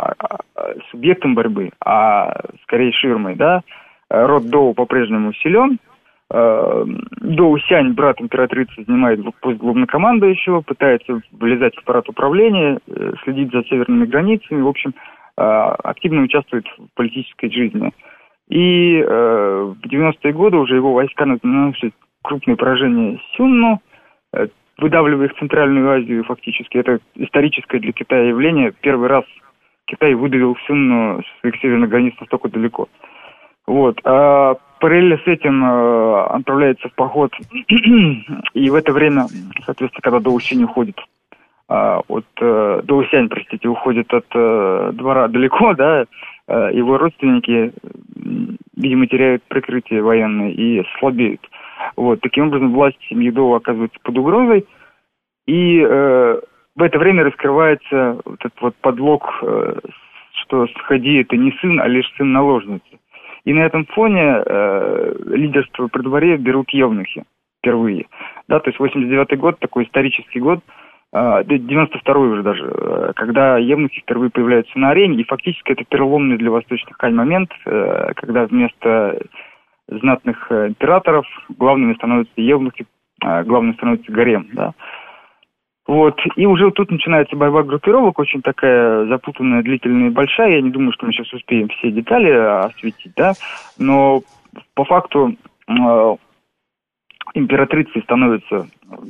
субъектом борьбы, а скорее ширмой, да. Род Доу по-прежнему силен, Доу Сянь, брат императрицы, занимает пост главнокомандующего, пытается влезать в аппарат управления, следить за северными границами, в общем, активно участвует в политической жизни. И в девяностые годы уже его войска наносят крупные поражения Сюнну, выдавливая их в Центральную Азию фактически. Это историческое для Китая явление. Первый раз Китай выдавил Сюнну с своих северных границ настолько далеко. Вот. А параллельно с этим э, отправляется в поход, и в это время, соответственно, когда Доу Сянь уходит э, от э, Доу Сянь, простите, уходит от э, двора далеко, да, э, его родственники, видимо, теряют прикрытие военное и слабеют. Вот. Таким образом, власть семьи Доу оказывается под угрозой, и э, в это время раскрывается вот этот вот подлог, э, что Хади это не сын, а лишь сын наложницы. И на этом фоне э, лидерство при дворе берут евнухи впервые. Да, то есть восемьдесят девятый год, такой исторический год, э, девяносто второй уже даже, э, когда евнухи впервые появляются на арене, и фактически это переломный для восточных Хань момент, э, когда вместо знатных э, императоров главными становятся евнухи, э, главным становится гарем, да. Вот, и уже тут начинается борьба группировок, очень такая запутанная, длительная и большая. Я не думаю, что мы сейчас успеем все детали осветить, да, но по факту э, императрицей становится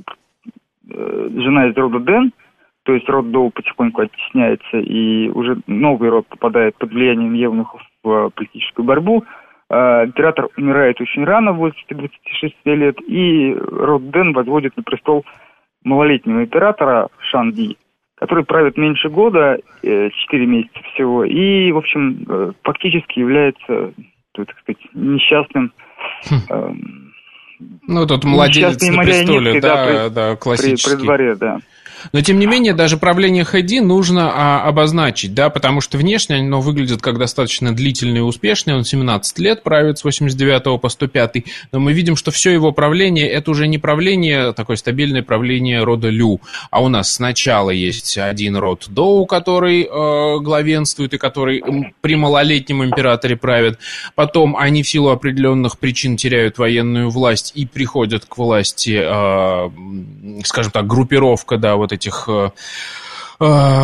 э, жена из рода Дэн, то есть род Доу потихоньку оттесняется, и уже новый род попадает под влиянием евнухов в политическую борьбу. Э, император умирает очень рано, в возрасте двадцати шести лет, и род Дэн возводит на престол малолетнего императора Шанди, который правит меньше года, четыре месяца всего, и, в общем, фактически является, так сказать, несчастным... Э, ну, тот младенец на престоле, да, да, да, классический. При, при дворе, да. Но, тем не менее, даже правление Хэди нужно а, обозначить, да, потому что внешне оно выглядит как достаточно длительное и успешное. Он семнадцать лет правит с восемьдесят девятого по сто пятый, но мы видим, что все его правление – это уже не правление, такое стабильное правление рода Лю, а у нас сначала есть один род Доу, который э, главенствует и который при малолетнем императоре правит. Потом они в силу определенных причин теряют военную власть и приходят к власти, э, скажем так, группировка, да, вот этих э, э,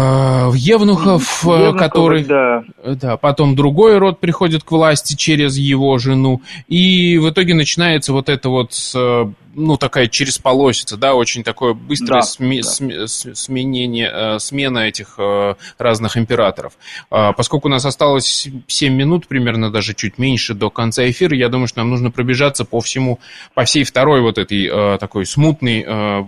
евнухов, Евнухов, который, да. да, потом другой род приходит к власти через его жену, и в итоге начинается вот это вот, э, ну, такая чересполосица, да, очень такое быстрое да, сме- да. сменение, э, смена этих э, разных императоров. Э, поскольку у нас осталось семь минут, примерно даже чуть меньше до конца эфира, я думаю, что нам нужно пробежаться по всему, по всей второй вот этой э, такой смутной э,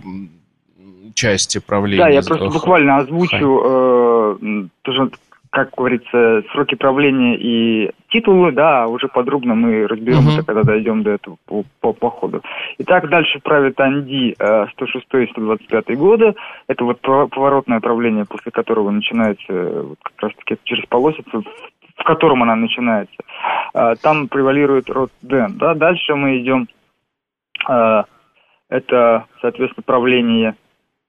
части правления. Да, я просто буквально озвучу э, тоже, как говорится, сроки правления и титулы, да, уже подробно мы разберем uh-huh. это, когда дойдем до этого по, по, по ходу. Итак, дальше правит Анди э, сто шестой и сто двадцать пятый годы. Это вот поворотное правление, после которого начинается вот, как раз-таки через полосицу, в, в котором она начинается. Э, там превалирует род Дэн. Да? Дальше мы идем, э, это, соответственно, правление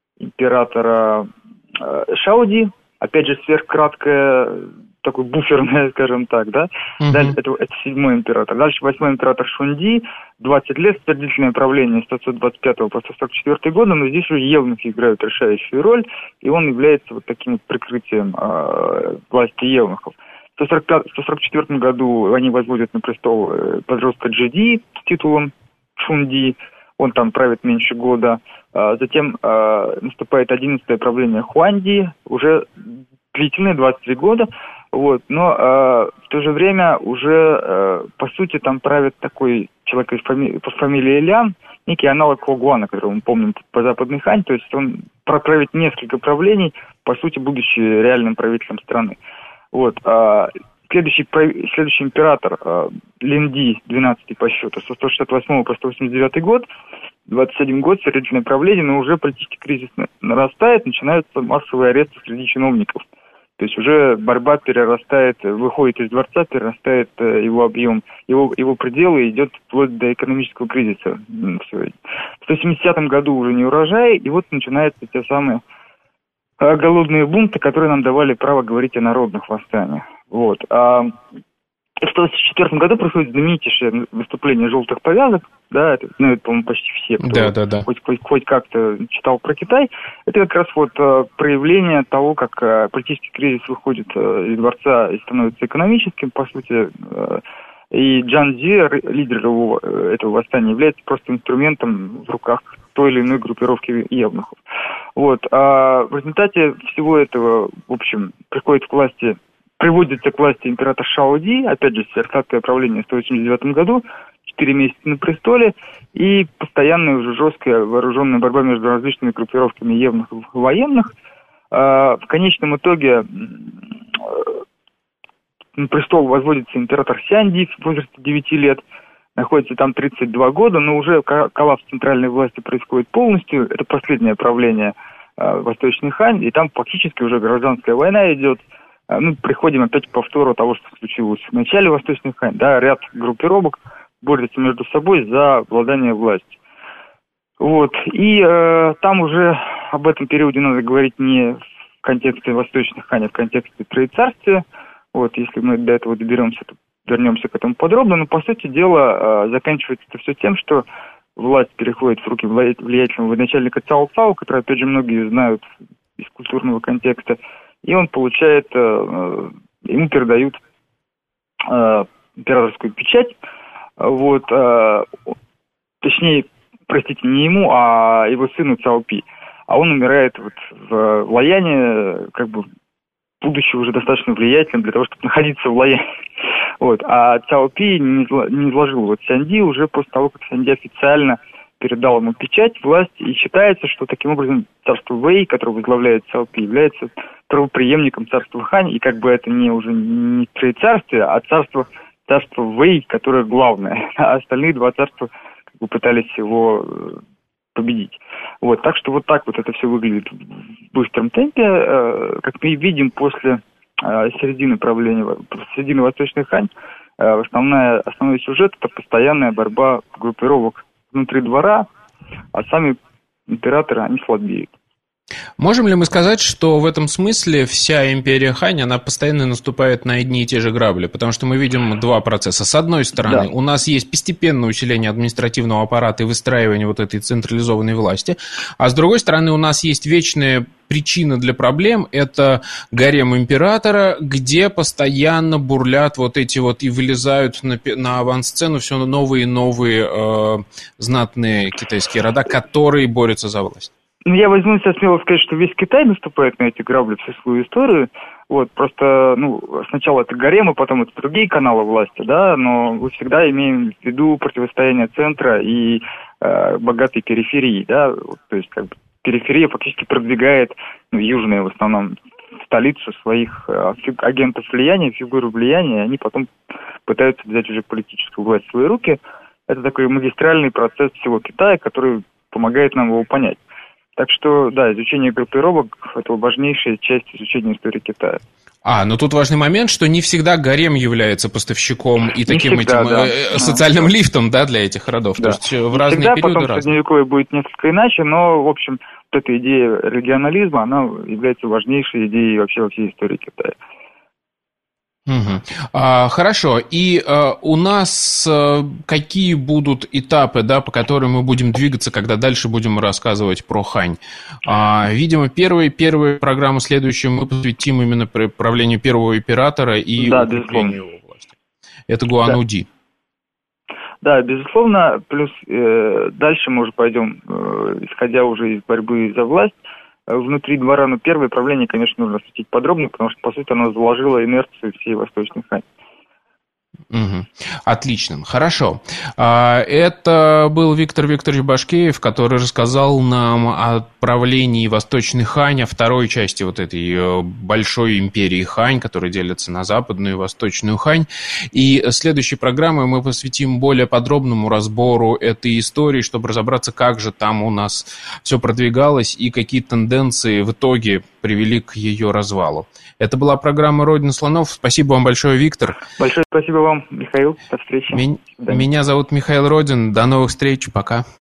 императора э, Шаоди, опять же, сверхкраткое, такое буферное, скажем так, да. Uh-huh. Дальше, это, это седьмой император. Дальше восьмой император Шунди, двадцать лет, длительное правление с сто двадцать пятого по сто сорок четвёртый года, но здесь уже евнухи играют решающую роль, и он является вот таким вот прикрытием э, власти евнухов. В сто сорок четвёртом году они возводят на престол э, подростка Джеди с титулом Шунди, он там правит меньше года. Затем э, наступает одиннадцатое правление Хуанди, уже длительное, двадцать три года. Вот, но э, в то же время уже, э, по сути, там правит такой человек из фами- по фамилии Лян, некий аналог Хуагуана, которого мы помним по Западной Хань. То есть он проправит несколько правлений, по сути, будучи реальным правителем страны. Вот. Э, Следующий, следующий император э, Линди, двенадцатый по счету, со сто шестьдесят восьмого по сто восемьдесят девятый год, двадцать один год, серьезное правление, но уже политический кризис нарастает, начинаются массовые аресты среди чиновников. То есть уже борьба перерастает, выходит из дворца, перерастает э, его объем, его, его пределы и идет вплоть до экономического кризиса. В сто семидесятом году уже не урожай, и вот начинаются те самые э, голодные бунты, которые нам давали право говорить о народных восстаниях. Вот. А в сто восемьдесят четвёртом году происходит знаменитейшее выступление «Желтых повязок», да, это знают, по-моему, почти все, кто да, да, да. Хоть, хоть, хоть как-то читал про Китай. Это как раз вот э, проявление того, как э, политический кризис выходит э, из дворца и становится экономическим, по сути. Э, и Чжан Цзи, лидер его, э, этого восстания, является просто инструментом в руках той или иной группировки евнухов. Вот. А в результате всего этого, в общем, приходит к власти Приводится к власти император Шао Ди, опять же, сверхкратное правление в сто восемьдесят девятом году, четыре месяца на престоле, и постоянная уже жесткая вооруженная борьба между различными группировками евнухов и военных. В конечном итоге на престол возводится император Сянди в возрасте девяти лет, находится там тридцать два года, но уже коллапс центральной власти происходит полностью. Это последнее правление Восточной Хань, и там фактически уже гражданская война идет. Ну, приходим опять к повтору того, что случилось в начале Восточной Хань. Да, ряд группировок борются между собой за обладание властью. Вот. И э, там уже об этом периоде надо говорить не в контексте Восточной Хань, а в контексте Троецарствия. Вот, если мы до этого доберемся, то вернемся к этому подробно. Но, по сути дела, э, заканчивается это все тем, что власть переходит в руки влиятельного военачальника Цао Цао, который, опять же, многие знают из культурного контекста. И он получает, э, ему передают э, императорскую печать, вот, э, точнее, простите, не ему, а его сыну Цао Пи. А он умирает вот в Лояне, как бы, будучи уже достаточно влиятельным для того, чтобы находиться в Лояне. Вот. А Цао Пи не изложил вот Сянди уже после того, как Сянди официально передал ему печать, власть, и считается, что таким образом царство Вэй, которое возглавляет Цао Пи, является правопреемником царства Хань, и как бы это не уже не Троецарствие, а царство, царство Вэй, которое главное, а остальные два царства как бы пытались его победить. Вот, так что вот так вот это все выглядит в быстром темпе. Как мы видим, после середины правления, середины Восточной Хань, основная, основной сюжет – это постоянная борьба группировок внутри двора, а сами императоры, они слабеют. Можем ли мы сказать, что в этом смысле вся империя Хань, она постоянно наступает на одни и те же грабли? Потому что мы видим два процесса. С одной стороны, да. у нас есть постепенное усиление административного аппарата и выстраивание вот этой централизованной власти, а с другой стороны, у нас есть вечная причина для проблем – это гарем императора, где постоянно бурлят вот эти вот и вылезают на, на авансцену все новые и новые э, знатные китайские рода, которые борются за власть. Ну, я возьму на себя смело сказать, что весь Китай наступает на эти грабли всю свою историю. Вот, просто, ну, сначала это гарем, а потом это другие каналы власти, да, но мы всегда имеем в виду противостояние центра и э, богатой периферии, да, то есть, как бы, периферия фактически продвигает, ну, южные в основном, в столицу своих э, агентов влияния, фигуры влияния, и они потом пытаются взять уже политическую власть в свои руки. Это такой магистральный процесс всего Китая, который помогает нам его понять. Так что, да, изучение группировок – это важнейшая часть изучения истории Китая. А, но тут важный момент, что не всегда гарем является поставщиком и не таким всегда, этим да. э, социальным да. лифтом, да, для этих родов. Да. То есть в не разные всегда, периоды потом разные. в Средневековье будет несколько иначе, но, в общем, вот эта идея регионализма, она является важнейшей идеей вообще во всей истории Китая. Угу. А, хорошо. И а, у нас а, какие будут этапы, да, по которым мы будем двигаться, когда дальше будем рассказывать про Хань? А, видимо, первые, первые программы следующие мы посвятим именно правлению первого императора и да, укреплению его власти. Это Гуану Ди. Да, безусловно. Плюс э, дальше мы уже пойдем, э, исходя уже из борьбы за власть. Внутри двора, но первое правление, конечно, нужно осветить подробно, потому что, по сути, оно заложило инерцию всей Восточной Хани. Угу. Отлично, хорошо. Это был Виктор Викторович Башкеев, который рассказал нам о правлении Восточной Хань, о второй части вот этой большой империи Хань, которая делится на Западную и Восточную Хань. И следующей программой мы посвятим более подробному разбору этой истории, чтобы разобраться, как же там у нас все продвигалось и какие тенденции в итоге привели к ее развалу. Это была программа «Родина слонов». Спасибо вам большое, Виктор. Большое спасибо вам, Михаил. До встречи. Меня зовут Михаил Родин. До новых встреч. Пока.